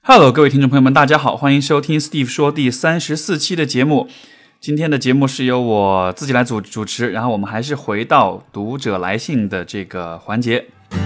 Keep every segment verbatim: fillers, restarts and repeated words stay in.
Hello， 各位听众朋友们，大家好，欢迎收听 Steve 说第三十四期的节目。今天的节目是由我自己来主主持，然后我们还是回到读者来信的这个环节。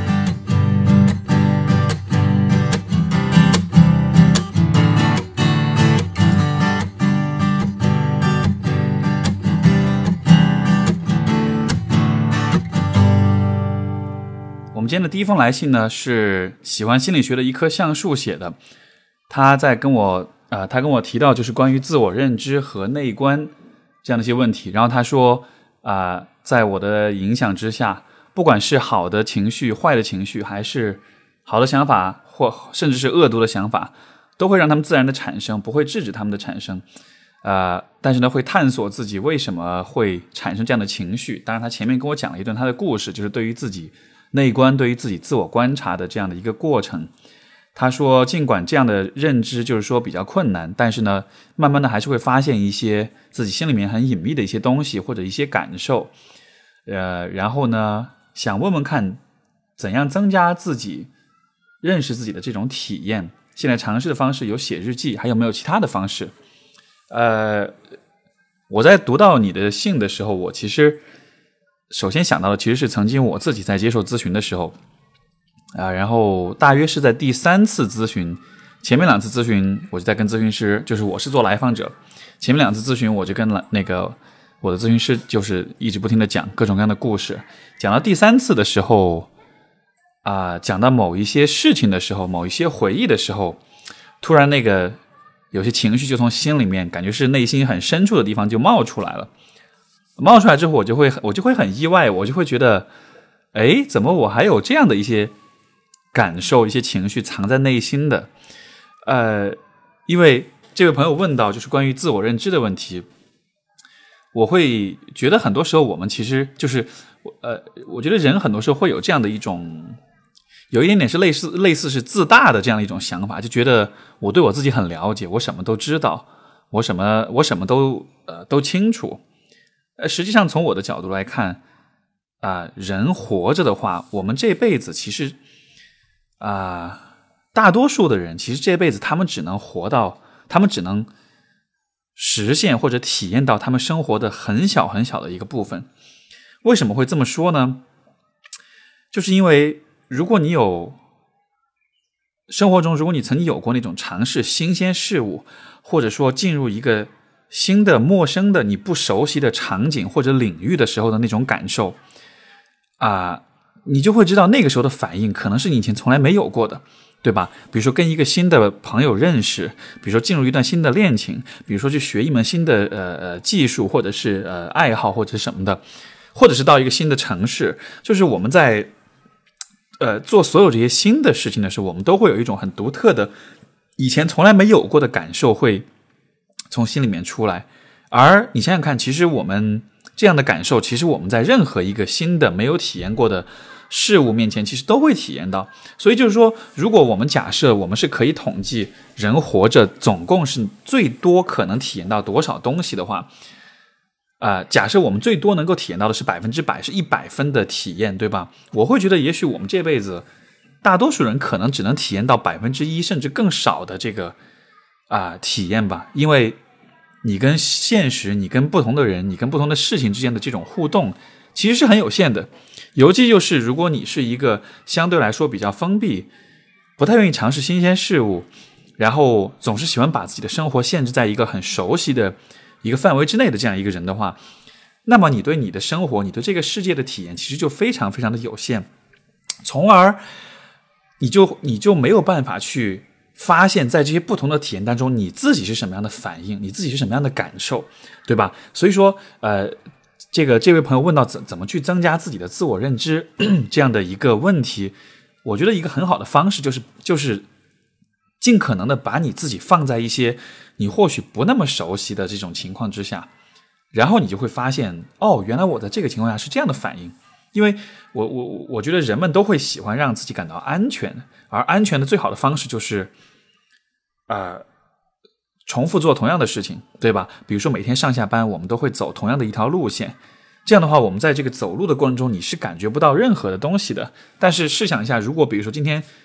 我们今天的第一封来信呢，是喜欢心理学的一棵橡树写的。他在跟我呃，他跟我提到就是关于自我认知和内观这样的一些问题。然后他说啊、呃，在我的影响之下，不管是好的情绪、坏的情绪，还是好的想法，或甚至是恶毒的想法，都会让他们自然的产生，不会制止他们的产生。呃，但是呢，会探索自己为什么会产生这样的情绪。当然，他前面跟我讲了一段他的故事，就是对于自己内观、对于自己自我观察的这样的一个过程。他说尽管这样的认知就是说比较困难，但是呢慢慢的还是会发现一些自己心里面很隐秘的一些东西或者一些感受，呃，然后呢想问问看怎样增加自己认识自己的这种体验。现在尝试的方式有写日记，还有没有其他的方式？呃，我在读到你的信的时候，我其实首先想到的其实是曾经我自己在接受咨询的时候啊，然后大约是在第三次咨询，前面两次咨询我就在跟咨询师，就是我是做来访者，前面两次咨询我就跟那个我的咨询师就是一直不停的讲各种各样的故事，讲到第三次的时候啊、呃，讲到某一些事情的时候，某一些回忆的时候，突然那个有些情绪就从心里面，感觉是内心很深处的地方就冒出来了，冒出来之后我就会我就会很意外，我就会觉得诶，怎么我还有这样的一些感受，一些情绪藏在内心的。呃，因为这位朋友问到就是关于自我认知的问题，我会觉得很多时候我们其实就是呃，我觉得人很多时候会有这样的一种有一点点是类似类似是自大的这样的一种想法，就觉得我对我自己很了解，我什么都知道，我什么我什么都呃都清楚。呃，实际上从我的角度来看啊、呃，人活着的话，我们这辈子其实啊、呃，大多数的人其实这辈子他们只能活到，他们只能实现或者体验到他们生活的很小很小的一个部分。为什么会这么说呢？就是因为如果你有生活中，如果你曾经有过那种尝试新鲜事物，或者说进入一个新的陌生的你不熟悉的场景或者领域的时候的那种感受啊、呃，你就会知道那个时候的反应可能是你以前从来没有过的，对吧？比如说跟一个新的朋友认识，比如说进入一段新的恋情，比如说去学一门新的呃呃技术，或者是呃爱好或者什么的，或者是到一个新的城市，就是我们在呃做所有这些新的事情的时候，我们都会有一种很独特的以前从来没有过的感受会从心里面出来。而你想想看，其实我们这样的感受，其实我们在任何一个新的没有体验过的事物面前其实都会体验到。所以就是说，如果我们假设我们是可以统计人活着总共是最多可能体验到多少东西的话，呃，假设我们最多能够体验到的是百分之百，是一百分的体验，对吧？我会觉得也许我们这辈子大多数人可能只能体验到百分之一甚至更少的这个啊、呃、体验吧，因为你跟现实，你跟不同的人，你跟不同的事情之间的这种互动其实是很有限的。尤其就是如果你是一个相对来说比较封闭，不太愿意尝试新鲜事物，然后总是喜欢把自己的生活限制在一个很熟悉的一个范围之内的这样一个人的话，那么你对你的生活，你对这个世界的体验其实就非常非常的有限，从而你就你就没有办法去发现在这些不同的体验当中你自己是什么样的反应，你自己是什么样的感受，对吧？所以说呃，这个这位朋友问到怎怎么去增加自己的自我认知这样的一个问题，我觉得一个很好的方式就是就是尽可能的把你自己放在一些你或许不那么熟悉的这种情况之下，然后你就会发现，哦，原来我在这个情况下是这样的反应。因为我我我觉得人们都会喜欢让自己感到安全，而安全的最好的方式就是呃重复做同样的事情，对吧？比如说每天上下班我们都会走同样的一条路线，这样的话我们在这个走路的过程中你是感觉不到任何的东西的。但是试想一下，如果比如说今天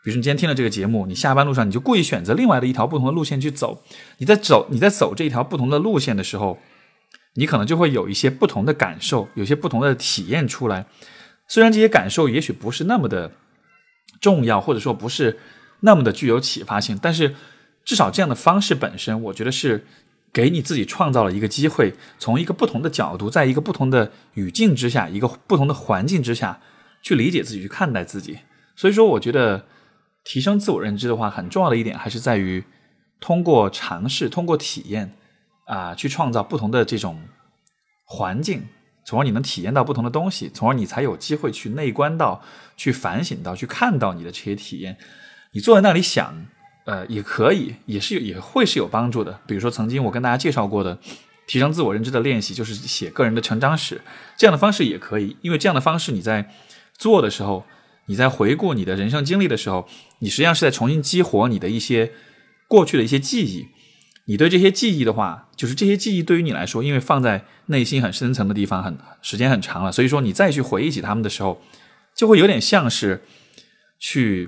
比如说你今天听了这个节目，你下班路上你就故意选择另外的一条不同的路线去走，你在走你在走这一条不同的路线的时候，你可能就会有一些不同的感受，有些不同的体验出来。虽然这些感受也许不是那么的重要，或者说不是那么的具有启发性，但是至少这样的方式本身，我觉得是给你自己创造了一个机会，从一个不同的角度，在一个不同的语境之下，一个不同的环境之下去理解自己，去看待自己。所以说我觉得提升自我认知的话，很重要的一点还是在于通过尝试，通过体验啊、呃，去创造不同的这种环境，从而你能体验到不同的东西，从而你才有机会去内观到，去反省到，去看到你的这些体验。你坐在那里想呃，也可以，也是也会是有帮助的。比如说曾经我跟大家介绍过的提升自我认知的练习，就是写个人的成长史，这样的方式也可以。因为这样的方式你在做的时候，你在回顾你的人生经历的时候，你实际上是在重新激活你的一些过去的一些记忆。你对这些记忆的话，就是这些记忆对于你来说，因为放在内心很深层的地方，很时间很长了，所以说你再去回忆起他们的时候，就会有点像是去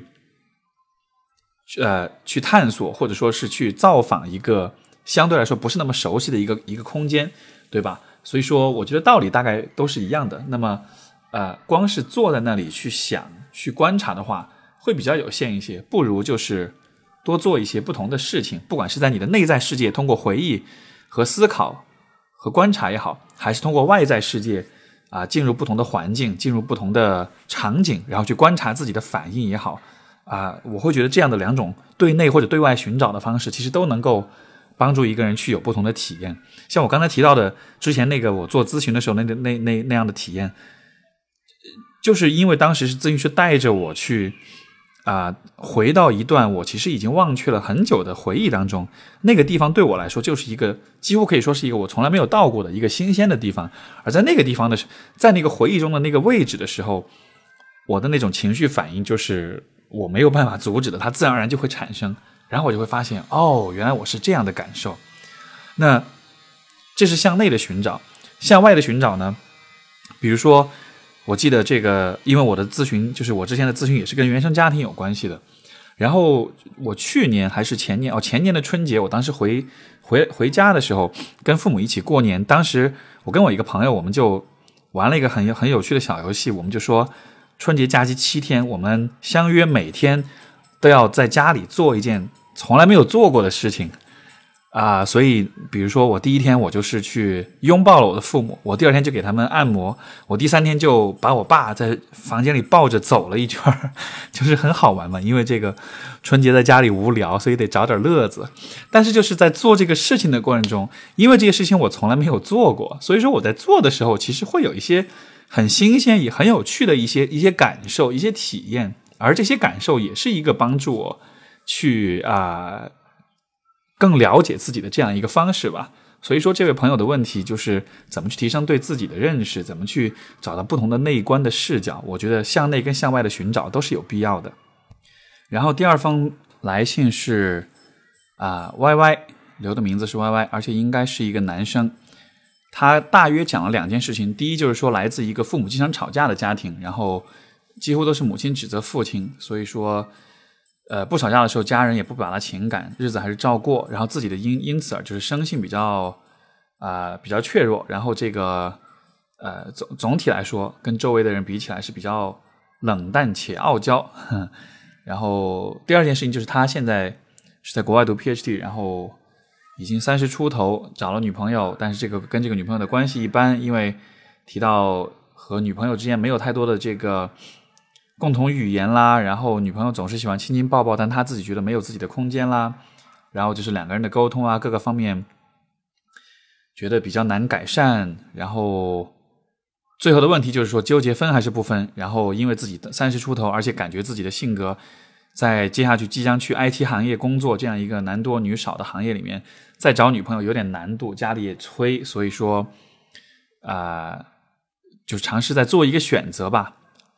呃去探索，或者说是去造访一个相对来说不是那么熟悉的一个一个空间，对吧？所以说我觉得道理大概都是一样的。那么呃光是坐在那里去想去观察的话，会比较有限一些，不如就是多做一些不同的事情，不管是在你的内在世界通过回忆和思考和观察也好，还是通过外在世界啊、呃、进入不同的环境，进入不同的场景，然后去观察自己的反应也好啊、呃，我会觉得这样的两种对内或者对外寻找的方式，其实都能够帮助一个人去有不同的体验。像我刚才提到的之前那个我做咨询的时候那那那那样的体验，就是因为当时是咨询师带着我去啊、呃，回到一段我其实已经忘却了很久的回忆当中，那个地方对我来说就是一个几乎可以说是一个我从来没有到过的一个新鲜的地方。而在那个地方的在那个回忆中的那个位置的时候，我的那种情绪反应就是我没有办法阻止的，它自然而然就会产生。然后我就会发现，哦，原来我是这样的感受。那这是向内的寻找。向外的寻找呢，比如说我记得这个，因为我的咨询就是我之前的咨询也是跟原生家庭有关系的。然后我去年还是前年哦，前年的春节，我当时回回回家的时候，跟父母一起过年。当时我跟我一个朋友，我们就玩了一个很很有趣的小游戏。我们就说，春节假期七天，我们相约每天都要在家里做一件从来没有做过的事情。啊、呃，所以比如说我第一天我就是去拥抱了我的父母，我第二天就给他们按摩，我第三天就把我爸在房间里抱着走了一圈，就是很好玩嘛。因为这个春节在家里无聊，所以得找点乐子。但是就是在做这个事情的过程中，因为这个事情我从来没有做过，所以说我在做的时候其实会有一些很新鲜也很有趣的一些一些感受，一些体验。而这些感受也是一个帮助我去啊、呃更了解自己的这样一个方式吧。所以说这位朋友的问题就是怎么去提升对自己的认识，怎么去找到不同的内观的视角，我觉得向内跟向外的寻找都是有必要的。然后第二封来信是啊、呃、Y Y 留的名字是 Y Y， 而且应该是一个男生。他大约讲了两件事情，第一就是说来自一个父母经常吵架的家庭，然后几乎都是母亲指责父亲，所以说呃，不吵架的时候，家人也不表达情感，日子还是照过。然后自己的因因此而就是生性比较啊、呃、比较脆弱。然后这个呃总总体来说，跟周围的人比起来是比较冷淡且傲娇。然后第二件事情就是他现在是在国外读 P H D， 然后已经三十出头，找了女朋友，但是这个跟这个女朋友的关系一般，因为提到和女朋友之间没有太多的这个共同语言啦，然后女朋友总是喜欢亲亲抱抱，但他自己觉得没有自己的空间啦，然后就是两个人的沟通啊，各个方面觉得比较难改善，然后最后的问题就是说纠结分还是不分，然后因为自己三十出头，而且感觉自己的性格在接下去即将去 I T 行业工作这样一个男多女少的行业里面，再找女朋友有点难度，家里也催，所以说啊、呃，就尝试在做一个选择吧。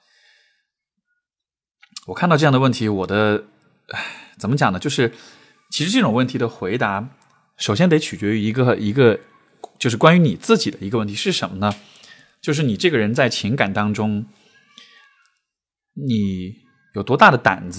我看到这样的问题，我的怎么讲呢？就是其实这种问题的回答，首先得取决于一个一个，就是关于你自己的一个问题是什么呢？就是你这个人在情感当中，你有多大的胆子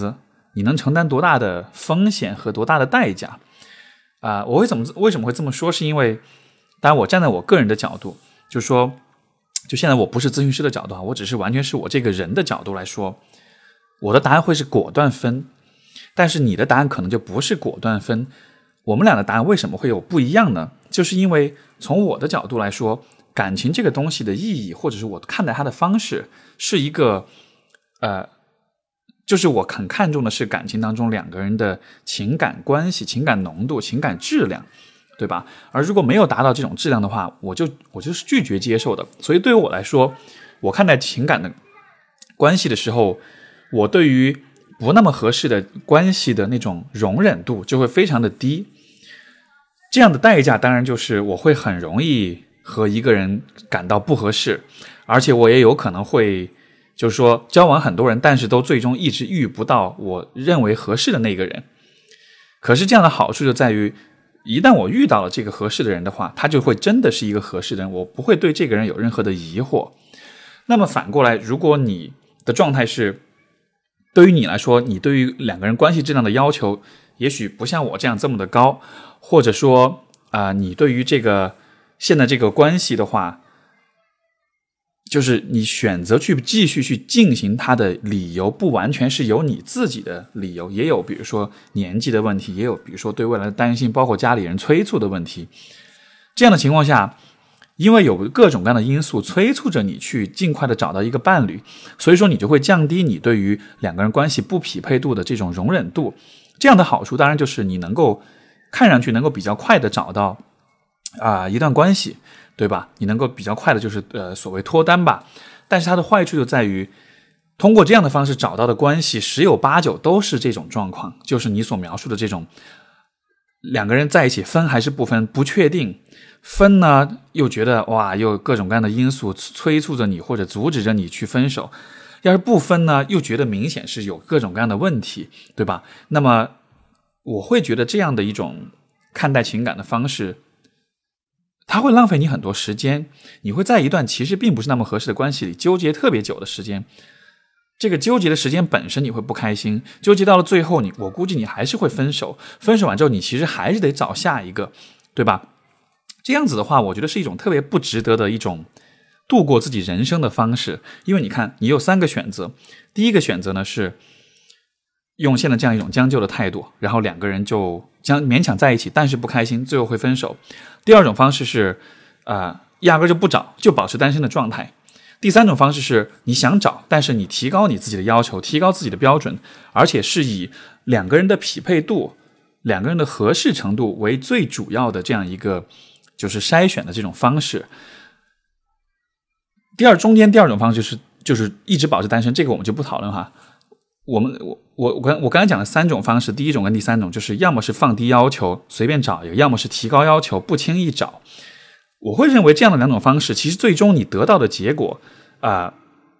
你能承担多大的风险和多大的代价啊、呃？我会怎么为什么会这么说？是因为当然我站在我个人的角度，就是说就现在我不是咨询师的角度啊，我只是完全是我这个人的角度来说，我的答案会是果断分，但是你的答案可能就不是果断分。我们俩的答案为什么会有不一样呢？就是因为从我的角度来说，感情这个东西的意义，或者是我看待它的方式，是一个呃，就是我很看重的是感情当中两个人的情感关系、情感浓度、情感质量，对吧？而如果没有达到这种质量的话，我就我就是拒绝接受的。所以对于我来说，我看待情感的关系的时候，我对于不那么合适的关系的那种容忍度就会非常的低。这样的代价当然就是我会很容易和一个人感到不合适，而且我也有可能会就是说交往很多人，但是都最终一直遇不到我认为合适的那个人。可是这样的好处就在于，一旦我遇到了这个合适的人的话，他就会真的是一个合适的人，我不会对这个人有任何的疑惑。那么反过来，如果你的状态是对于你来说，你对于两个人关系质量的要求也许不像我这样这么的高，或者说啊、呃，你对于这个现在这个关系的话，就是你选择去继续去进行它的理由不完全是有你自己的理由，也有比如说年纪的问题，也有比如说对未来的担心，包括家里人催促的问题。这样的情况下，因为有各种各样的因素催促着你去尽快的找到一个伴侣，所以说你就会降低你对于两个人关系不匹配度的这种容忍度。这样的好处当然就是你能够看上去能够比较快的找到啊、呃、一段关系，对吧？你能够比较快的就是呃所谓脱单吧。但是它的坏处就在于，通过这样的方式找到的关系十有八九都是这种状况，就是你所描述的这种两个人在一起分还是不分不确定，分呢又觉得哇又各种各样的因素催促着你或者阻止着你去分手，要是不分呢又觉得明显是有各种各样的问题，对吧？那么我会觉得这样的一种看待情感的方式，它会浪费你很多时间，你会在一段其实并不是那么合适的关系里纠结特别久的时间。这个纠结的时间本身你会不开心，纠结到了最后你我估计你还是会分手，分手完之后你其实还是得找下一个，对吧？这样子的话我觉得是一种特别不值得的一种度过自己人生的方式。因为你看你有三个选择，第一个选择呢是用现在这样一种将就的态度，然后两个人就将勉强在一起，但是不开心，最后会分手。第二种方式是呃，压根就不找，就保持单身的状态。第三种方式是你想找，但是你提高你自己的要求，提高自己的标准，而且是以两个人的匹配度、两个人的合适程度为最主要的这样一个就是筛选的这种方式。第二中间第二种方式是就是一直保持单身，这个我们就不讨论哈。我们我我我刚我刚才讲的三种方式，第一种跟第三种就是要么是放低要求随便找一个，要么是提高要求不轻易找。我会认为这样的两种方式，其实最终你得到的结果啊、呃，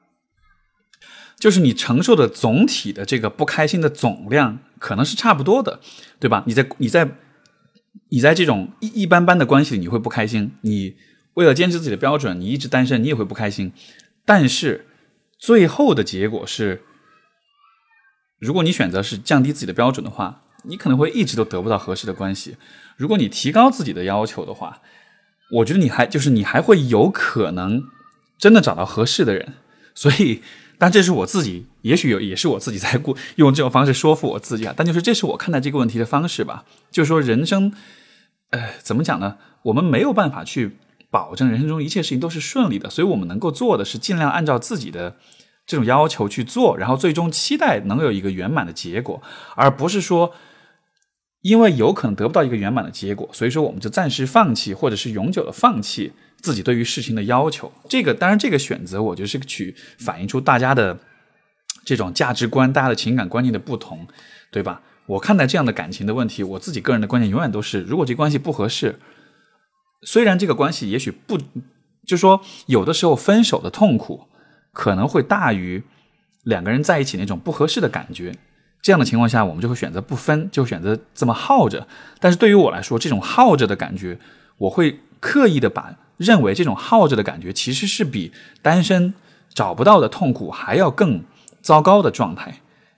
就是你承受的总体的这个不开心的总量可能是差不多的，对吧？你在你在你在这种一一般般的关系里你会不开心，你为了坚持自己的标准你一直单身你也会不开心，但是最后的结果是，如果你选择是降低自己的标准的话，你可能会一直都得不到合适的关系。如果你提高自己的要求的话，我觉得你还就是你还会有可能真的找到合适的人。所以但这是我自己也许有也是我自己在用这种方式说服我自己啊，但就是这是我看待这个问题的方式吧。就是说人生呃，怎么讲呢，我们没有办法去保证人生中一切事情都是顺利的，所以我们能够做的是尽量按照自己的这种要求去做，然后最终期待能有一个圆满的结果，而不是说因为有可能得不到一个圆满的结果，所以说我们就暂时放弃或者是永久的放弃自己对于事情的要求。这个当然这个选择我觉得是去反映出大家的这种价值观，大家的情感观念的不同，对吧？我看待这样的感情的问题，我自己个人的观念永远都是，如果这关系不合适，虽然这个关系也许不，就是说有的时候分手的痛苦可能会大于两个人在一起那种不合适的感觉，这样的情况下我们就会选择不分，就选择这么耗着。但是对于我来说，这种耗着的感觉，我会刻意的把认为这种耗着的感觉其实是比单身找不到的痛苦还要更糟糕的状态。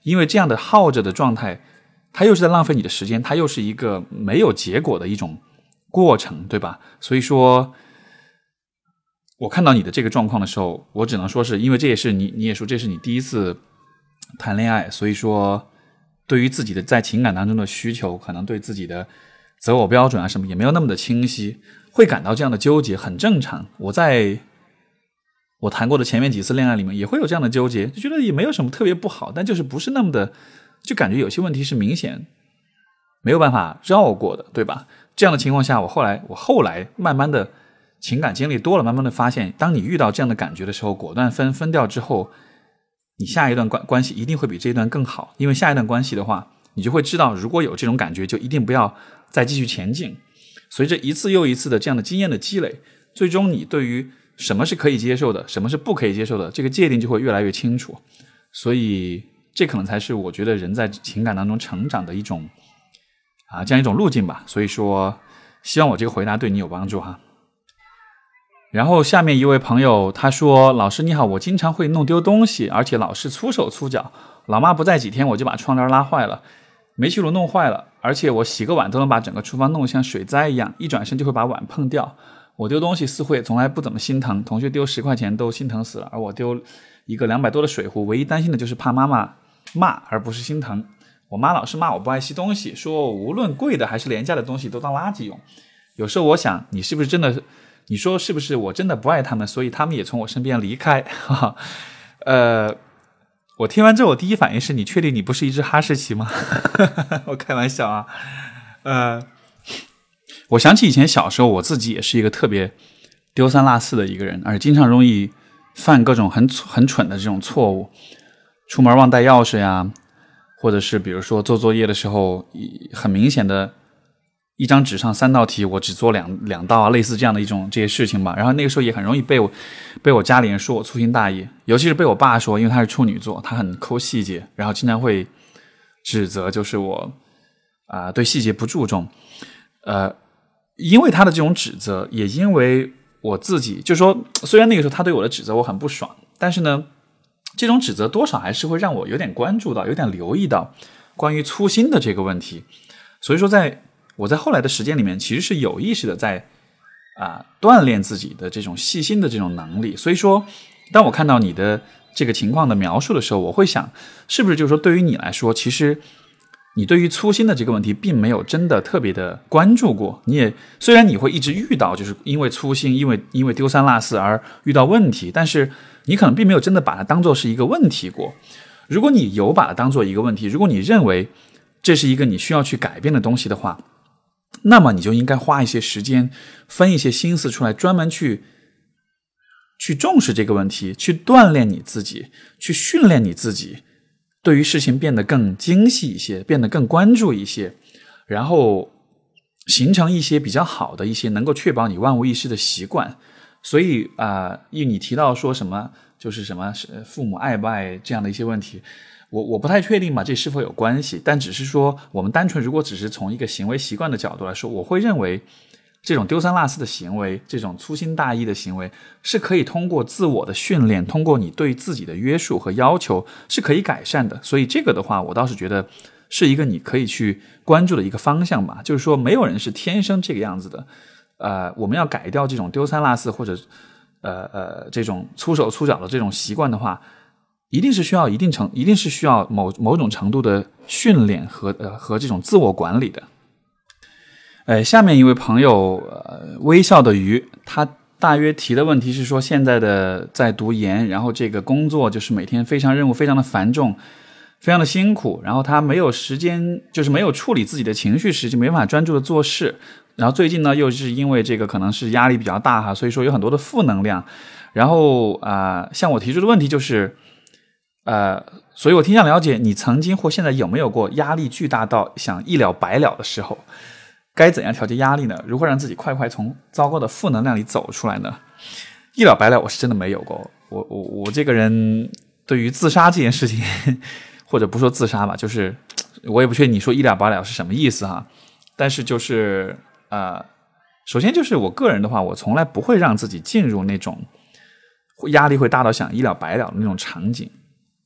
因为这样的耗着的状态，它又是在浪费你的时间，它又是一个没有结果的一种过程，对吧？所以说我看到你的这个状况的时候，我只能说是因为这也是你你也说这是你第一次谈恋爱，所以说对于自己的在情感当中的需求，可能对自己的择偶标准啊什么也没有那么的清晰，会感到这样的纠结很正常。我在我谈过的前面几次恋爱里面也会有这样的纠结，就觉得也没有什么特别不好，但就是不是那么的，就感觉有些问题是明显没有办法绕过的，对吧？这样的情况下，我后来我后来慢慢的情感经历多了，慢慢的发现，当你遇到这样的感觉的时候，果断分分掉之后，你下一段关关系一定会比这一段更好，因为下一段关系的话，你就会知道，如果有这种感觉，就一定不要再继续前进。随着一次又一次的这样的经验的积累，最终你对于什么是可以接受的，什么是不可以接受的，这个界定就会越来越清楚。所以这可能才是我觉得人在情感当中成长的一种啊这样一种路径吧。所以说希望我这个回答对你有帮助哈。然后下面一位朋友他说，老师你好，我经常会弄丢东西，而且老是粗手粗脚，老妈不在几天我就把窗帘拉坏了，煤气炉弄坏了，而且我洗个碗都能把整个厨房弄得像水灾一样，一转身就会把碗碰掉。我丢东西似乎也从来不怎么心疼，同学丢十块钱都心疼死了，而我丢一个两百多的水壶，唯一担心的就是怕妈妈骂而不是心疼。我妈老是骂我不爱惜东西，说我无论贵的还是廉价的东西都当垃圾用。有时候我想，你是不是真的，你说是不是我真的不爱他们，所以他们也从我身边离开？呃，我听完之后我第一反应是，你确定你不是一只哈士奇吗？我开玩笑啊。呃我想起以前小时候，我自己也是一个特别丢三落四的一个人，而且经常容易犯各种很很蠢的这种错误。出门忘带钥匙呀，或者是比如说做作业的时候，很明显的一张纸上三道题，我只做两两道啊，类似这样的一种这些事情吧。然后那个时候也很容易被我被我家里人说我粗心大意，尤其是被我爸说，因为他是处女座，他很抠细节，然后经常会指责就是我啊、呃、对细节不注重，呃。因为他的这种指责，也因为我自己，就是说虽然那个时候他对我的指责我很不爽，但是呢这种指责多少还是会让我有点关注到，有点留意到关于粗心的这个问题。所以说在我在后来的时间里面，其实是有意识的在啊、呃、锻炼自己的这种细心的这种能力。所以说当我看到你的这个情况的描述的时候，我会想，是不是就是说对于你来说，其实你对于粗心的这个问题并没有真的特别的关注过，你也虽然你会一直遇到就是因为粗心因为因为丢三落四而遇到问题，但是你可能并没有真的把它当作是一个问题过。如果你有把它当作一个问题，如果你认为这是一个你需要去改变的东西的话，那么你就应该花一些时间，分一些心思出来，专门去去重视这个问题，去锻炼你自己，去训练你自己，对于事情变得更精细一些，变得更关注一些，然后形成一些比较好的一些能够确保你万无一失的习惯。所以啊、呃，因为你提到说什么就是什么父母爱不爱这样的一些问题，我我不太确定吧，这是否有关系，但只是说我们单纯如果只是从一个行为习惯的角度来说，我会认为这种丢三落四的行为，这种粗心大意的行为是可以通过自我的训练，通过你对自己的约束和要求是可以改善的。所以这个的话，我倒是觉得是一个你可以去关注的一个方向吧。就是说没有人是天生这个样子的，呃，我们要改掉这种丢三落四或者呃呃这种粗手粗脚的这种习惯的话，一定是需要一定程一定是需要某某种程度的训练和呃和这种自我管理的。呃，下面一位朋友、呃、微笑的鱼，他大约提的问题是说，现在的在读研，然后这个工作就是每天非常任务非常的繁重，非常的辛苦，然后他没有时间，就是没有处理自己的情绪时，就没办法专注的做事。然后最近呢，又是因为这个可能是压力比较大哈，所以说有很多的负能量。然后啊、呃，向我提出的问题就是，呃，所以我挺想了解你曾经或现在有没有过压力巨大到想一了百了的时候。该怎样调节压力呢？如何让自己快快从糟糕的负能量里走出来呢？一了百了我是真的没有过。我我我这个人对于自杀这件事情，或者不说自杀吧，就是我也不确定你说一了百了是什么意思哈。但是就是呃，首先就是我个人的话，我从来不会让自己进入那种压力会大到想一了百了的那种场景。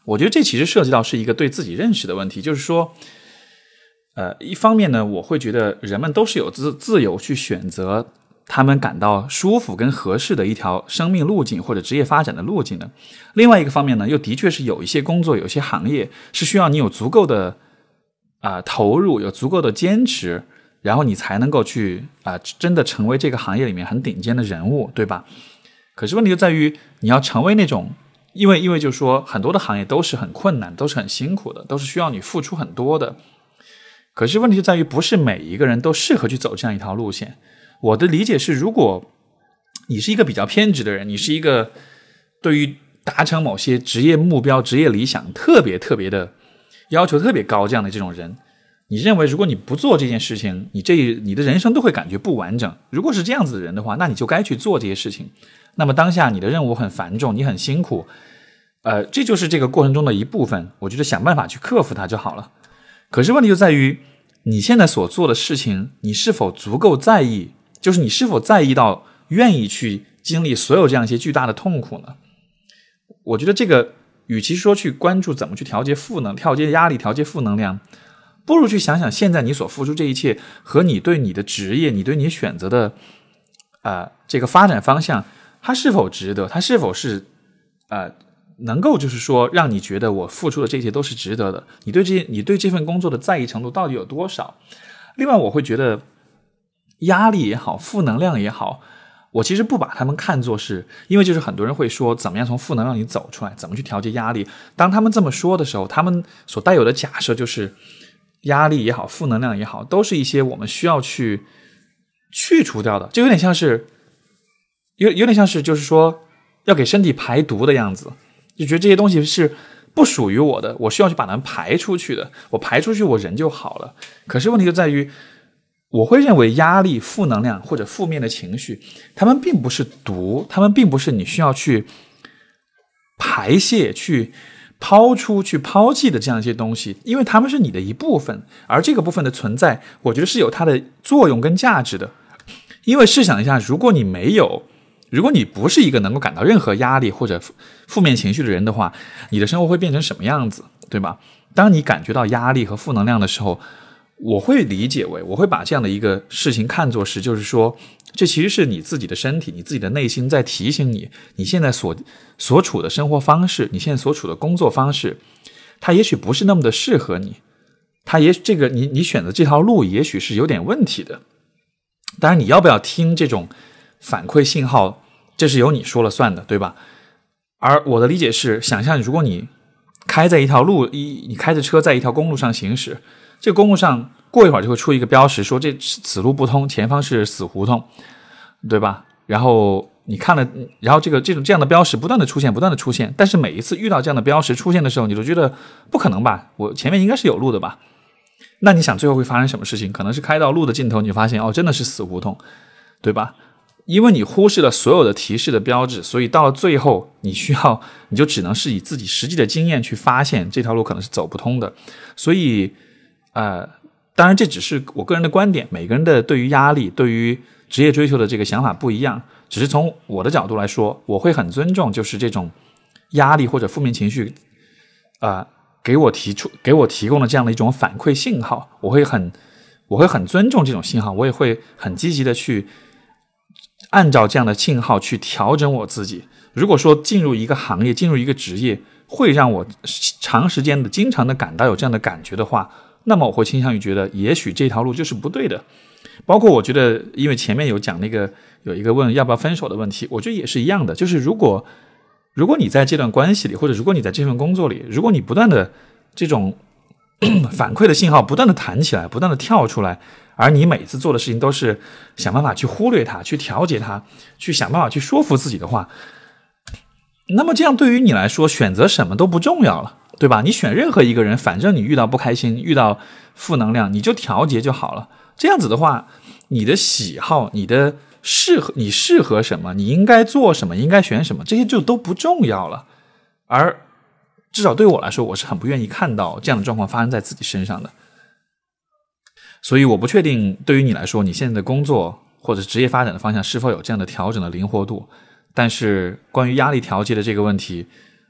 我觉得这其实涉及到是一个对自己认识的问题，就是说呃，一方面呢，我会觉得人们都是有自自由去选择他们感到舒服跟合适的一条生命路径或者职业发展的路径的。另外一个方面呢，又的确是有一些工作有一些行业是需要你有足够的啊、呃、投入，有足够的坚持，然后你才能够去啊、呃、真的成为这个行业里面很顶尖的人物，对吧？可是问题就在于你要成为那种，因为因为就是说很多的行业都是很困难，都是很辛苦的，都是需要你付出很多的。可是问题就在于不是每一个人都适合去走这样一条路线。我的理解是，如果你是一个比较偏执的人，你是一个对于达成某些职业目标、职业理想特别特别的要求特别高这样的这种人，你认为如果你不做这件事情，你这你的人生都会感觉不完整。如果是这样子的人的话，那你就该去做这些事情。那么当下你的任务很繁重，你很辛苦，呃，这就是这个过程中的一部分，我觉得想办法去克服它就好了。可是问题就在于你现在所做的事情，你是否足够在意，就是你是否在意到愿意去经历所有这样一些巨大的痛苦呢？我觉得这个与其说去关注怎么去调节负能调节压力调节负能量，不如去想想现在你所付出这一切和你对你的职业你对你选择的呃这个发展方向，它是否值得，它是否是呃能够就是说让你觉得我付出的这些都是值得的，你对这你对这份工作的在意程度到底有多少。另外我会觉得压力也好负能量也好，我其实不把他们看作是，因为就是很多人会说怎么样从负能量里走出来，怎么去调节压力。当他们这么说的时候，他们所带有的假设就是压力也好负能量也好都是一些我们需要去去除掉的，就有点像是有有点像是就是说要给身体排毒的样子，就觉得这些东西是不属于我的，我需要去把它们排出去的，我排出去我人就好了。可是问题就在于我会认为压力负能量或者负面的情绪，它们并不是毒，它们并不是你需要去排泄去抛出去抛弃的这样一些东西，因为它们是你的一部分，而这个部分的存在我觉得是有它的作用跟价值的。因为试想一下，如果你没有如果你不是一个能够感到任何压力或者负面情绪的人的话，你的生活会变成什么样子，对吧？当你感觉到压力和负能量的时候，我会理解为我会把这样的一个事情看作是，就是说这其实是你自己的身体你自己的内心在提醒你，你现在所所处的生活方式，你现在所处的工作方式，它也许不是那么的适合你，它也这个你你选择这条路也许是有点问题的。当然你要不要听这种反馈信号，这是由你说了算的，对吧？而我的理解是，想象如果你开在一条路，一你开着车在一条公路上行驶，这个公路上过一会儿就会出一个标识，说这此路不通，前方是死胡同，对吧？然后你看了，然后这个这种这样的标识不断的出现，不断的出现，但是每一次遇到这样的标识出现的时候，你就觉得不可能吧，我前面应该是有路的吧？那你想最后会发生什么事情？可能是开到路的尽头，你发现哦，真的是死胡同，对吧？因为你忽视了所有的提示的标志，所以到了最后你需要你就只能是以自己实际的经验去发现这条路可能是走不通的。所以呃，当然这只是我个人的观点，每个人的对于压力对于职业追求的这个想法不一样，只是从我的角度来说，我会很尊重就是这种压力或者负面情绪呃，给我提出给我提供的这样的一种反馈信号，我会很我会很尊重这种信号，我也会很积极的去按照这样的信号去调整我自己。如果说进入一个行业进入一个职业会让我长时间的经常的感到有这样的感觉的话，那么我会倾向于觉得也许这条路就是不对的。包括我觉得因为前面有讲那个有一个问要不要分手的问题，我觉得也是一样的，就是如果如果你在这段关系里，或者如果你在这份工作里，如果你不断的这种反馈的信号不断的弹起来不断的跳出来，而你每次做的事情都是想办法去忽略它去调节它去想办法去说服自己的话，那么这样对于你来说选择什么都不重要了，对吧？你选任何一个人，反正你遇到不开心遇到负能量你就调节就好了。这样子的话，你的喜好你的适合你适合什么，你应该做什么应该选什么，这些就都不重要了。而至少对我来说，我是很不愿意看到这样的状况发生在自己身上的。所以我不确定对于你来说，你现在的工作或者职业发展的方向是否有这样的调整的灵活度，但是关于压力调节的这个问题，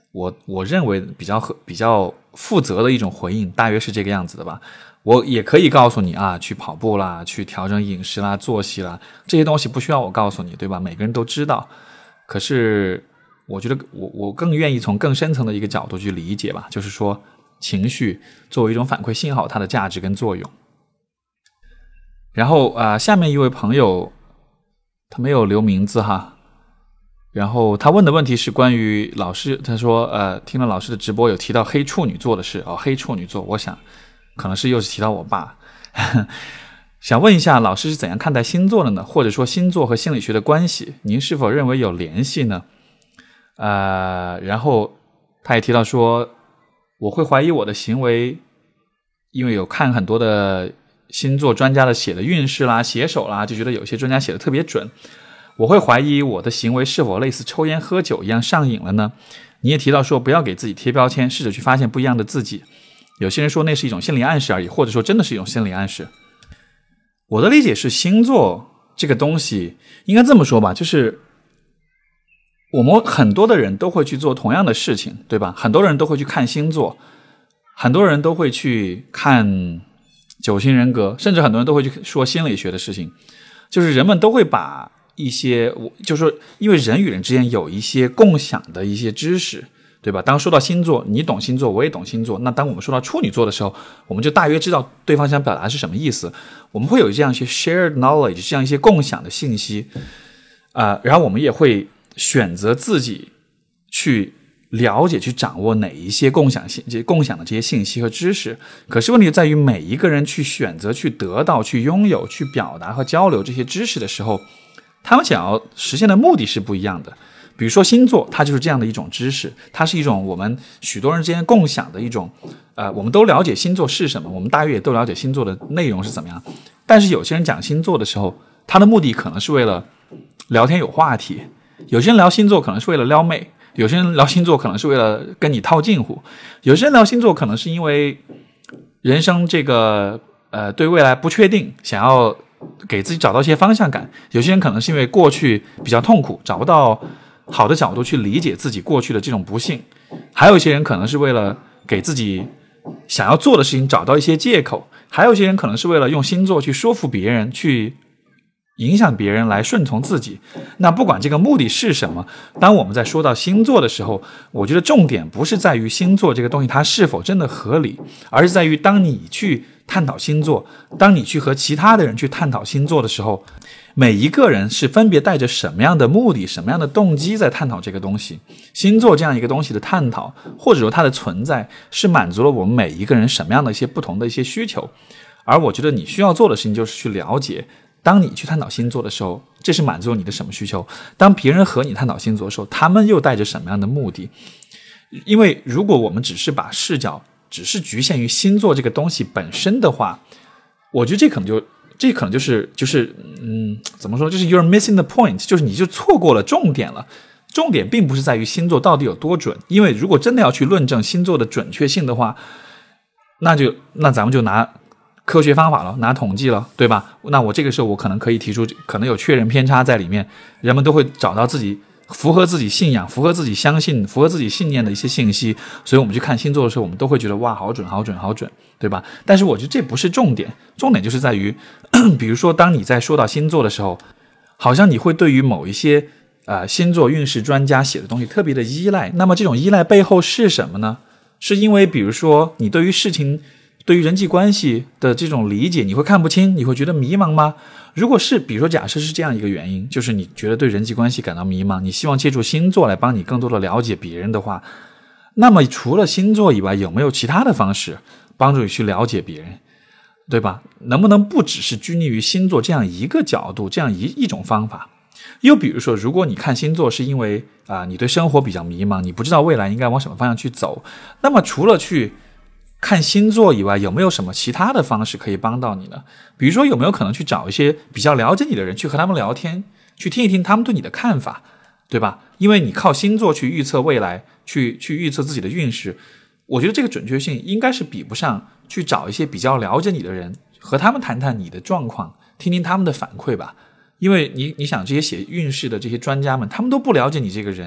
我我认为比较比较负责的一种回应，大约是这个样子的吧。我也可以告诉你啊，去跑步啦，去调整饮食啦、作息啦，这些东西不需要我告诉你，对吧？每个人都知道。可是我觉得我我更愿意从更深层的一个角度去理解吧，就是说情绪作为一种反馈信号，它的价值跟作用。然后啊、呃，下面一位朋友他没有留名字哈，然后他问的问题是关于老师，他说呃，听了老师的直播有提到黑处女座的事哦，黑处女座，我想可能是又是提到我爸。想问一下老师是怎样看待星座的呢？或者说星座和心理学的关系，您是否认为有联系呢？呃，然后他也提到说，我会怀疑我的行为，因为有看很多的星座专家的写的运势啦、写手啦，就觉得有些专家写的特别准。我会怀疑我的行为是否类似抽烟喝酒一样上瘾了呢？你也提到说不要给自己贴标签，试着去发现不一样的自己。有些人说那是一种心理暗示而已，或者说真的是一种心理暗示。我的理解是，星座这个东西应该这么说吧，就是我们很多的人都会去做同样的事情，对吧？很多人都会去看星座，很多人都会去看九型人格，甚至很多人都会去说心理学的事情。就是人们都会把一些，就是说因为人与人之间有一些共享的一些知识，对吧？当说到星座，你懂星座，我也懂星座，那当我们说到处女座的时候，我们就大约知道对方想表达是什么意思。我们会有这样一些 shared knowledge， 这样一些共享的信息，呃，然后我们也会选择自己去了解、去掌握哪一些共享信、共享的这些信息和知识。可是问题在于，每一个人去选择、去得到、去拥有、去表达和交流这些知识的时候，他们想要实现的目的是不一样的。比如说星座，它就是这样的一种知识，它是一种我们许多人之间共享的一种，呃，我们都了解星座是什么，我们大约也都了解星座的内容是怎么样。但是有些人讲星座的时候，他的目的可能是为了聊天有话题，有些人聊星座可能是为了撩妹，有些人聊星座可能是为了跟你套近乎，有些人聊星座可能是因为人生这个呃对未来不确定，想要给自己找到一些方向感，有些人可能是因为过去比较痛苦，找不到好的角度去理解自己过去的这种不幸，还有一些人可能是为了给自己想要做的事情找到一些借口，还有一些人可能是为了用星座去说服别人，去影响别人来顺从自己。那不管这个目的是什么，当我们在说到星座的时候，我觉得重点不是在于星座这个东西它是否真的合理，而是在于当你去探讨星座，当你去和其他的人去探讨星座的时候，每一个人是分别带着什么样的目的、什么样的动机在探讨这个东西。星座这样一个东西的探讨，或者说它的存在，是满足了我们每一个人什么样的一些不同的一些需求。而我觉得你需要做的事情就是去了解，当你去探讨星座的时候，这是满足你的什么需求？当别人和你探讨星座的时候，他们又带着什么样的目的？因为如果我们只是把视角只是局限于星座这个东西本身的话，我觉得这可能就这可能就是就是嗯，怎么说？就是 you're missing the point， 就是你就错过了重点了。重点并不是在于星座到底有多准，因为如果真的要去论证星座的准确性的话，那就那咱们就拿科学方法了，拿统计了，对吧？那我这个时候我可能可以提出，可能有确认偏差在里面，人们都会找到自己符合自己信仰、符合自己相信、符合自己信念的一些信息，所以我们去看星座的时候，我们都会觉得哇，好准、好准、好准，对吧？但是我觉得这不是重点，重点就是在于，比如说当你在说到星座的时候，好像你会对于某一些呃星座运势专家写的东西特别的依赖。那么这种依赖背后是什么呢？是因为比如说你对于事情、对于人际关系的这种理解，你会看不清，你会觉得迷茫吗？如果是，比如说假设是这样一个原因，就是你觉得对人际关系感到迷茫，你希望借助星座来帮你更多的了解别人的话，那么除了星座以外，有没有其他的方式帮助你去了解别人，对吧？能不能不只是拘泥于星座这样一个角度，这样一一种方法？又比如说，如果你看星座是因为啊、呃、你对生活比较迷茫，你不知道未来应该往什么方向去走，那么除了去看星座以外，有没有什么其他的方式可以帮到你呢？比如说有没有可能去找一些比较了解你的人，去和他们聊天，去听一听他们对你的看法，对吧？因为你靠星座去预测未来，去去预测自己的运势，我觉得这个准确性应该是比不上去找一些比较了解你的人，和他们谈谈你的状况，听听他们的反馈吧。因为你你想，这些写运势的这些专家们，他们都不了解你这个人，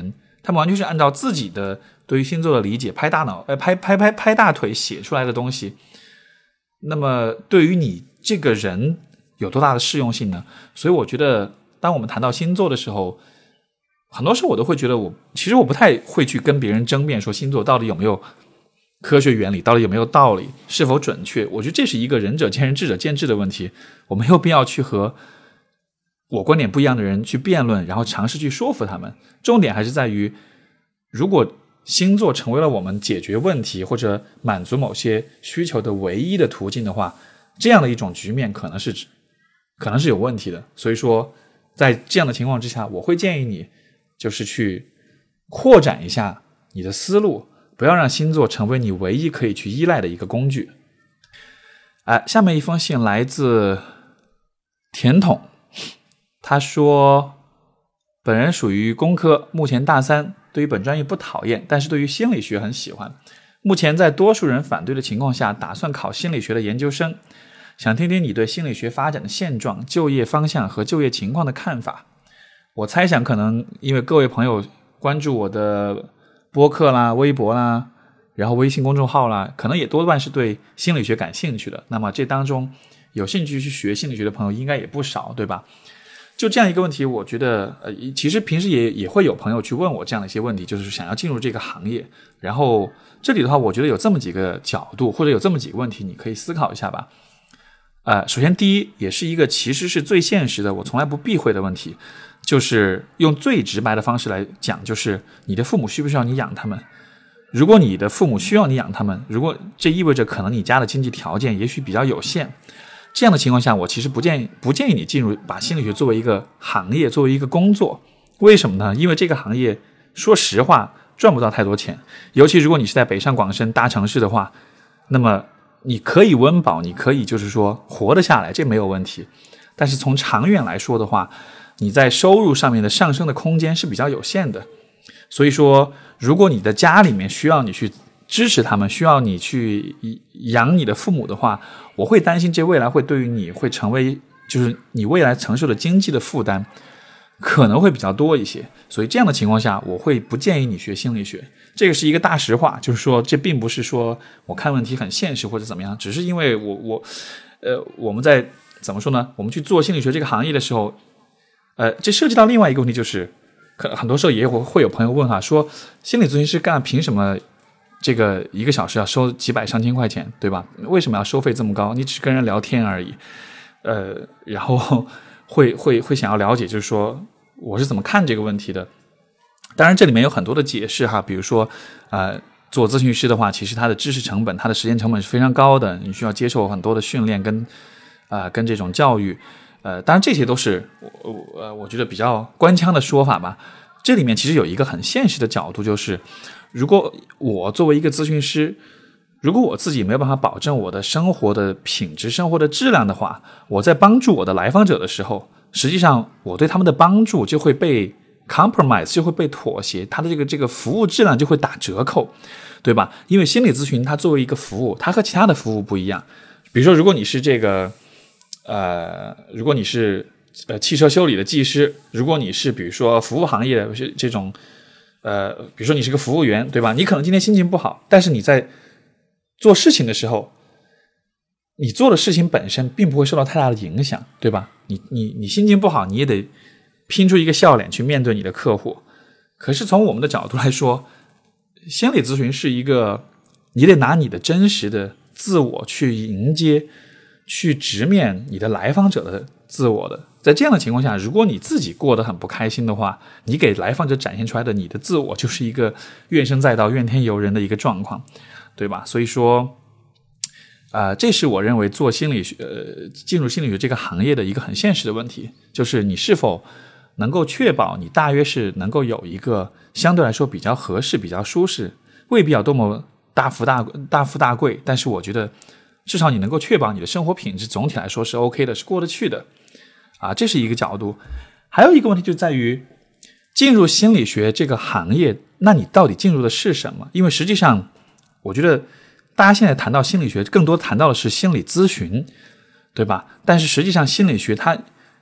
他们完全是按照自己的对于星座的理解拍大脑，呃，拍拍拍拍大腿写出来的东西。那么对于你这个人有多大的适用性呢？所以我觉得，当我们谈到星座的时候，很多时候我都会觉得我，其实我不太会去跟别人争辩说星座到底有没有科学原理，到底有没有道理，是否准确。我觉得这是一个仁者见仁，智者见智的问题，我没有必要去和我观点不一样的人去辩论，然后尝试去说服他们。重点还是在于，如果星座成为了我们解决问题或者满足某些需求的唯一的途径的话，这样的一种局面可能是可能是有问题的。所以说在这样的情况之下，我会建议你就是去扩展一下你的思路，不要让星座成为你唯一可以去依赖的一个工具。哎，下面一封信来自甜筒，他说本人属于工科，目前大三，对于本专业不讨厌，但是对于心理学很喜欢。目前在多数人反对的情况下，打算考心理学的研究生，想听听你对心理学发展的现状、就业方向和就业情况的看法。我猜想可能因为各位朋友关注我的播客啦、微博啦，然后微信公众号啦，可能也多半是对心理学感兴趣的。那么这当中有兴趣去学心理学的朋友应该也不少，对吧？就这样一个问题，我觉得呃，其实平时也也会有朋友去问我这样的一些问题，就是想要进入这个行业。然后这里的话，我觉得有这么几个角度，或者有这么几个问题，你可以思考一下吧。呃，首先第一，也是一个其实是最现实的，我从来不避讳的问题，就是用最直白的方式来讲，就是你的父母需不需要你养他们？如果你的父母需要你养他们，如果这意味着可能你家的经济条件也许比较有限，这样的情况下，我其实不建议不建议你进入把心理学作为一个行业，作为一个工作。为什么呢？因为这个行业说实话赚不到太多钱，尤其如果你是在北上广深大城市的话，那么你可以温饱，你可以就是说活得下来，这没有问题。但是从长远来说的话，你在收入上面的上升的空间是比较有限的。所以说，如果你的家里面需要你去支持他们，需要你去养你的父母的话，我会担心这未来会对于你会成为就是你未来承受的经济的负担可能会比较多一些。所以这样的情况下，我会不建议你学心理学。这个是一个大实话，就是说这并不是说我看问题很现实或者怎么样，只是因为我我呃我们在怎么说呢？我们去做心理学这个行业的时候，呃，这涉及到另外一个问题，就是可能很多时候也会会有朋友问哈，说心理咨询师干凭什么这个一个小时要收几百上千块钱，对吧？为什么要收费这么高？你只是跟人聊天而已，呃，然后会会会想要了解，就是说我是怎么看这个问题的。当然这里面有很多的解释哈，比如说呃，做咨询师的话，其实他的知识成本、他的时间成本是非常高的，你需要接受很多的训练跟啊、呃、跟这种教育，呃，当然这些都是我呃我觉得比较官腔的说法吧。这里面其实有一个很现实的角度，就是如果我作为一个咨询师，如果我自己没有办法保证我的生活的品质、生活的质量的话，我在帮助我的来访者的时候，实际上我对他们的帮助就会被 compromise， 就会被妥协，他的这个这个服务质量就会打折扣，对吧？因为心理咨询它作为一个服务，它和其他的服务不一样。比如说，如果你是这个呃，如果你是呃汽车修理的技师，如果你是比如说服务行业的这种呃，比如说你是个服务员，对吧？你可能今天心情不好，但是你在做事情的时候，你做的事情本身并不会受到太大的影响，对吧？你你你心情不好，你也得拼出一个笑脸去面对你的客户。可是从我们的角度来说，心理咨询是一个你得拿你的真实的自我去迎接、去直面你的来访者的自我的。在这样的情况下，如果你自己过得很不开心的话，你给来访者展现出来的你的自我就是一个怨声载道、怨天尤人的一个状况，对吧？所以说呃，这是我认为做心理学呃进入心理学这个行业的一个很现实的问题，就是你是否能够确保你大约是能够有一个相对来说比较合适、比较舒适，未必要多么大富大大富大贵，但是我觉得至少你能够确保你的生活品质总体来说是 OK 的，是过得去的啊，这是一个角度。还有一个问题就在于进入心理学这个行业，那你到底进入的是什么？因为实际上我觉得大家现在谈到心理学更多谈到的是心理咨询，对吧？但是实际上心理学它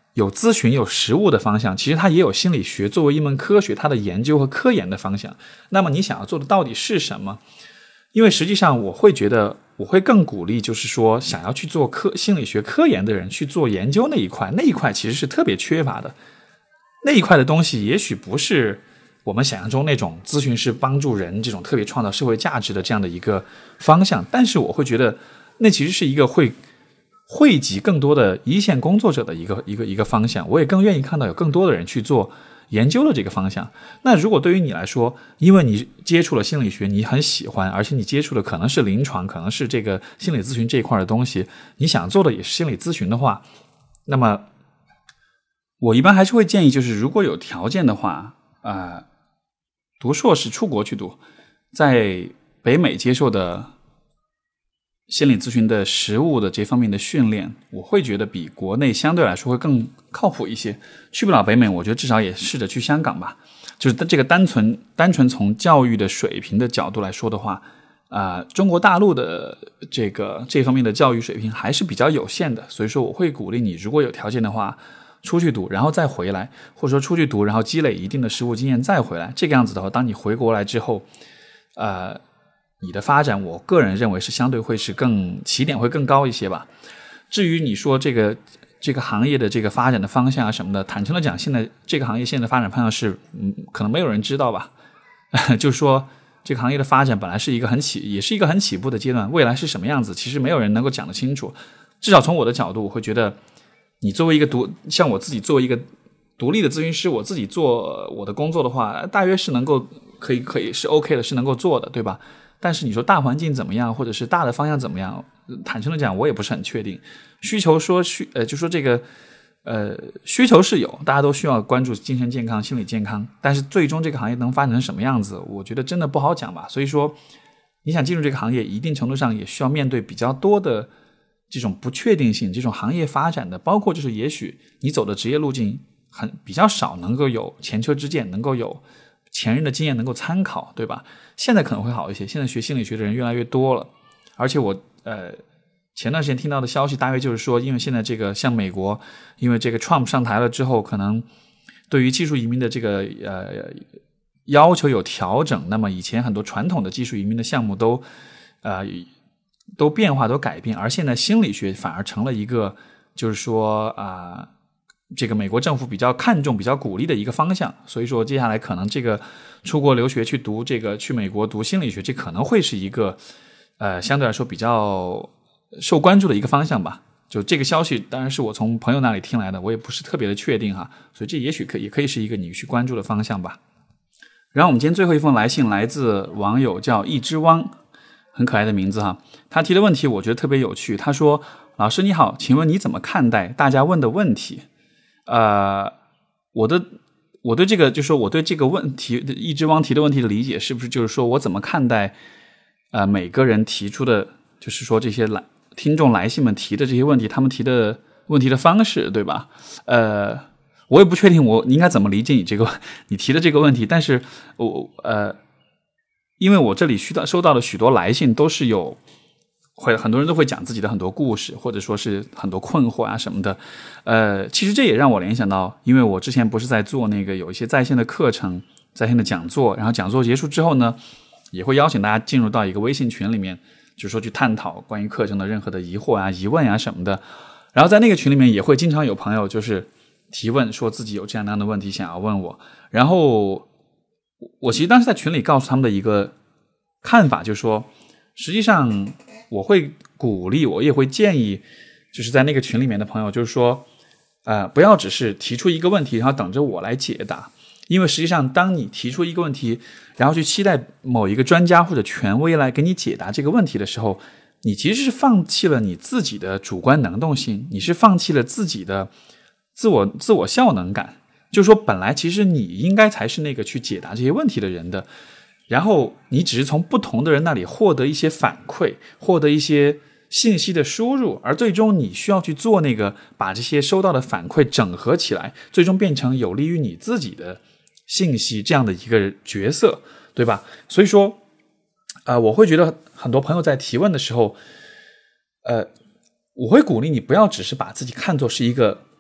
有咨询有实务的方向，其实它也有心理学作为一门科学它的研究和科研的方向。那么你想要做的到底是什么？因为实际上我会觉得我会更鼓励就是说想要去做科心理学科研的人去做研究那一块，那一块其实是特别缺乏的。那一块的东西也许不是我们想象中那种咨询师帮助人这种特别创造社会价值的这样的一个方向，但是我会觉得那其实是一个会汇集更多的一线工作者的一个一个一个方向。我也更愿意看到有更多的人去做研究的这个方向。那如果对于你来说，因为你接触了心理学，你很喜欢，而且你接触的可能是临床，可能是这个心理咨询这一块的东西，你想做的也是心理咨询的话，那么我一般还是会建议，就是如果有条件的话，呃，读硕士出国去读，在北美接受的心理咨询的实务的这方面的训练，我会觉得比国内相对来说会更靠谱一些。去不了北美，我觉得至少也试着去香港吧。就是这个单纯单纯从教育的水平的角度来说的话，啊、呃，中国大陆的这个这方面的教育水平还是比较有限的，所以说我会鼓励你，如果有条件的话，出去读，然后再回来，或者说出去读，然后积累一定的实务经验再回来。这个样子的话，当你回国来之后，呃，你的发展，我个人认为是相对会是更起点会更高一些吧。至于你说这个这个行业的这个发展的方向啊什么的，坦诚的讲，现在这个行业现在的发展方向是，嗯，可能没有人知道吧。就是说，这个行业的发展本来是一个很起，也是一个很起步的阶段，未来是什么样子，其实没有人能够讲得清楚。至少从我的角度，我会觉得，你作为一个独，像我自己作为一个独立的咨询师，我自己做我的工作的话，大约是能够可以可以是 OK 的，是能够做的，对吧？但是你说大环境怎么样，或者是大的方向怎么样，坦诚的讲，我也不是很确定。需求说需呃，就说这个呃需求是有，大家都需要关注精神健康、心理健康，但是最终这个行业能发展成什么样子，我觉得真的不好讲吧。所以说，你想进入这个行业，一定程度上也需要面对比较多的这种不确定性，这种行业发展的，包括就是也许你走的职业路径很比较少，能够有前车之鉴，能够有前人的经验能够参考，对吧？现在可能会好一些，现在学心理学的人越来越多了，而且我呃前段时间听到的消息大约就是说，因为现在这个像美国，因为这个 Trump 上台了之后，可能对于技术移民的这个呃要求有调整，那么以前很多传统的技术移民的项目都呃都变化都改变，而现在心理学反而成了一个就是说啊。呃这个美国政府比较看重、比较鼓励的一个方向，所以说接下来可能这个出国留学去读这个去美国读心理学，这可能会是一个呃相对来说比较受关注的一个方向吧。就这个消息当然是我从朋友那里听来的，我也不是特别的确定哈，所以这也许可也可以是一个你去关注的方向吧。然后我们今天最后一封来信来自网友叫一只汪，很可爱的名字哈。他提的问题我觉得特别有趣，他说：老师你好，请问你怎么看待大家问的问题？呃，我的我对这个就是说我对这个问题一只汪提的问题的理解，是不是就是说我怎么看待呃每个人提出的，就是说这些来听众来信们提的这些问题，他们提的问题的方式，对吧？呃，我也不确定我应该怎么理解你这个你提的这个问题，但是我呃，因为我这里需到收到的许多来信都是有。会很多人都会讲自己的很多故事，或者说是很多困惑啊什么的，呃，其实这也让我联想到，因为我之前不是在做那个有一些在线的课程、在线的讲座，然后讲座结束之后呢，也会邀请大家进入到一个微信群里面，就是说去探讨关于课程的任何的疑惑啊、疑问啊什么的。然后在那个群里面也会经常有朋友就是提问，说自己有这样那样的问题想要问我，然后我其实当时在群里告诉他们的一个看法就是说，实际上我会鼓励，我也会建议，就是在那个群里面的朋友，就是说，呃，不要只是提出一个问题，然后等着我来解答。因为实际上，当你提出一个问题，然后去期待某一个专家或者权威来给你解答这个问题的时候，你其实是放弃了你自己的主观能动性，你是放弃了自己的自我自我效能感。就是说，本来其实你应该才是那个去解答这些问题的人的。然后你只是从不同的人那里获得一些反馈，获得一些信息的输入，而最终你需要去做那个把这些收到的反馈整合起来，最终变成有利于你自己的信息这样的一个角色，对吧？所以说呃，我会觉得很多朋友在提问的时候，呃，我会鼓励你不要只是把自己看作是一个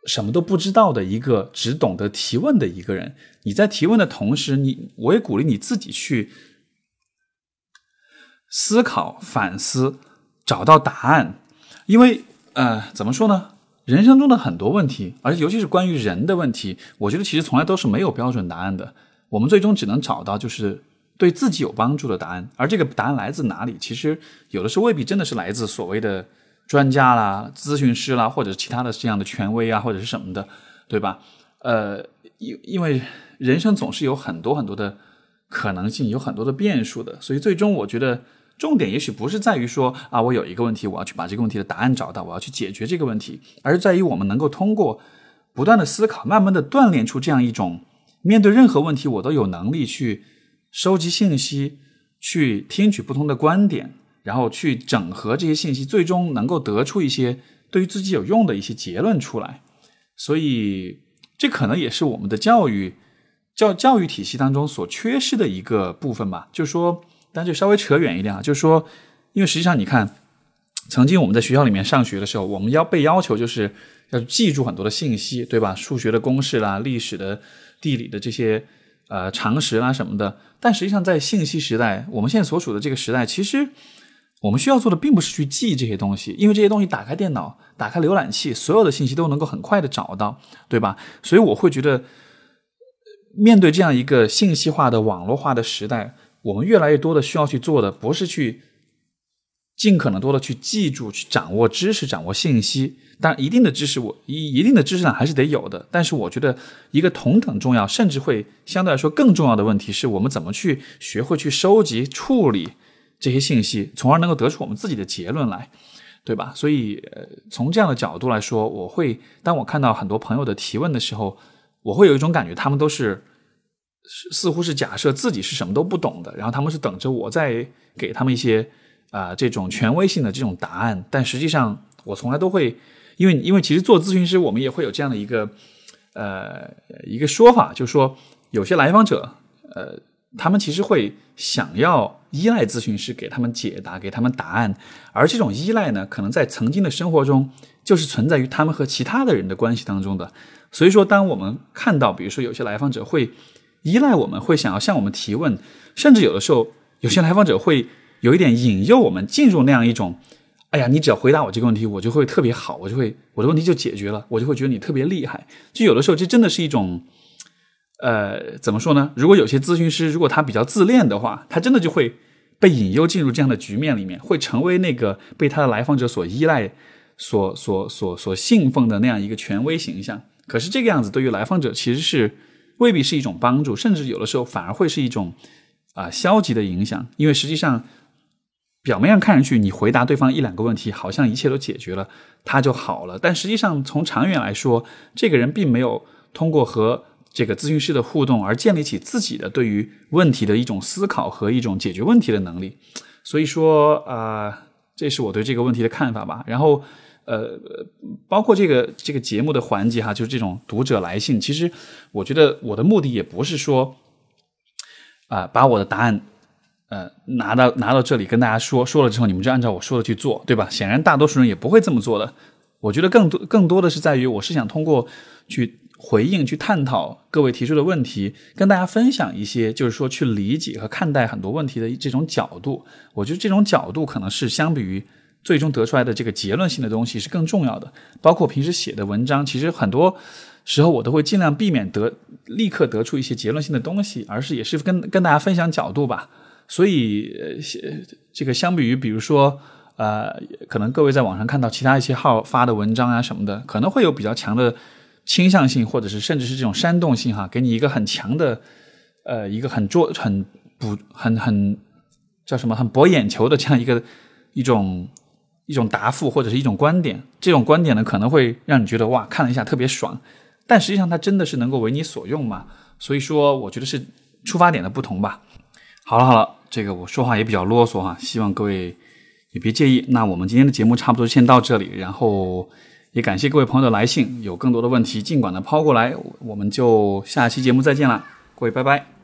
什么都不知道的一个只懂得提问的一个人。你在提问的同时，你我也鼓励你自己去思考、反思，找到答案。因为呃，怎么说呢？人生中的很多问题，而且尤其是关于人的问题，我觉得其实从来都是没有标准答案的。我们最终只能找到就是对自己有帮助的答案，而这个答案来自哪里，其实有的时候未必真的是来自所谓的专家啦、咨询师啦，或者其他的这样的权威啊，或者是什么的，对吧？呃，因因为人生总是有很多很多的可能性，有很多的变数的，所以最终我觉得重点也许不是在于说啊，我有一个问题，我要去把这个问题的答案找到，我要去解决这个问题，而是在于我们能够通过不断的思考，慢慢的锻炼出这样一种面对任何问题我都有能力去收集信息，去听取不同的观点，然后去整合这些信息，最终能够得出一些对于自己有用的一些结论出来。所以这可能也是我们的教育教教育体系当中所缺失的一个部分吧。就是说，但就稍微扯远一点啊，就是说，因为实际上你看，曾经我们在学校里面上学的时候，我们要被要求就是要记住很多的信息，对吧？数学的公式啦，历史的、地理的这些呃常识啦什么的。但实际上在信息时代，我们现在所处的这个时代，其实我们需要做的并不是去记这些东西，因为这些东西打开电脑，打开浏览器，所有的信息都能够很快的找到，对吧？所以我会觉得面对这样一个信息化的网络化的时代，我们越来越多的需要去做的不是去尽可能多的去记住、去掌握知识、掌握信息。当然一定的知识我一一定的知识量还是得有的，但是我觉得一个同等重要，甚至会相对来说更重要的问题是，我们怎么去学会去收集、处理这些信息，从而能够得出我们自己的结论来，对吧？所以、呃、从这样的角度来说，我会当我看到很多朋友的提问的时候，我会有一种感觉，他们都是似乎是假设自己是什么都不懂的，然后他们是等着我再给他们一些啊、呃、这种权威性的这种答案。但实际上我从来都会，因为因为其实做咨询师我们也会有这样的一个呃一个说法，就是说有些来访者呃他们其实会想要依赖咨询师给他们解答，给他们答案，而这种依赖呢，可能在曾经的生活中就是存在于他们和其他的人的关系当中的。所以说当我们看到比如说有些来访者会依赖我们，会想要向我们提问，甚至有的时候有些来访者会有一点引诱我们进入那样一种，哎呀，你只要回答我这个问题，我就会特别好，我就会我的问题就解决了，我就会觉得你特别厉害。就有的时候这真的是一种呃，怎么说呢？如果有些咨询师如果他比较自恋的话，他真的就会被引诱进入这样的局面里面，会成为那个被他的来访者所依赖、所所所所信奉的那样一个权威形象。可是这个样子对于来访者其实是未必是一种帮助，甚至有的时候反而会是一种啊、呃、消极的影响。因为实际上表面上看上去你回答对方一两个问题，好像一切都解决了，他就好了，但实际上从长远来说，这个人并没有通过和这个咨询师的互动而建立起自己的对于问题的一种思考和一种解决问题的能力。所以说啊、呃，这是我对这个问题的看法吧。然后呃，包括这个这个节目的环节哈，就是这种读者来信，其实我觉得我的目的也不是说啊、呃，把我的答案呃拿到拿到这里跟大家说，说了之后你们就按照我说的去做，对吧？显然大多数人也不会这么做的。我觉得更多更多的是在于，我是想通过去回应、去探讨各位提出的问题，跟大家分享一些就是说去理解和看待很多问题的这种角度。我觉得这种角度可能是相比于最终得出来的这个结论性的东西是更重要的。包括平时写的文章，其实很多时候我都会尽量避免得立刻得出一些结论性的东西，而是也是跟跟大家分享角度吧。所以、呃、这个相比于比如说呃，可能各位在网上看到其他一些号发的文章啊什么的，可能会有比较强的倾向性，或者是甚至是这种煽动性哈，给你一个很强的呃一个很捉很不很很叫什么很博眼球的这样一个一种一种答复或者是一种观点。这种观点呢可能会让你觉得哇看了一下特别爽，但实际上它真的是能够为你所用吗？所以说我觉得是出发点的不同吧。好了好了，这个我说话也比较啰嗦哈，希望各位也别介意。那我们今天的节目差不多先到这里，然后也感谢各位朋友的来信，有更多的问题尽管的抛过来，我们就下期节目再见了，各位拜拜。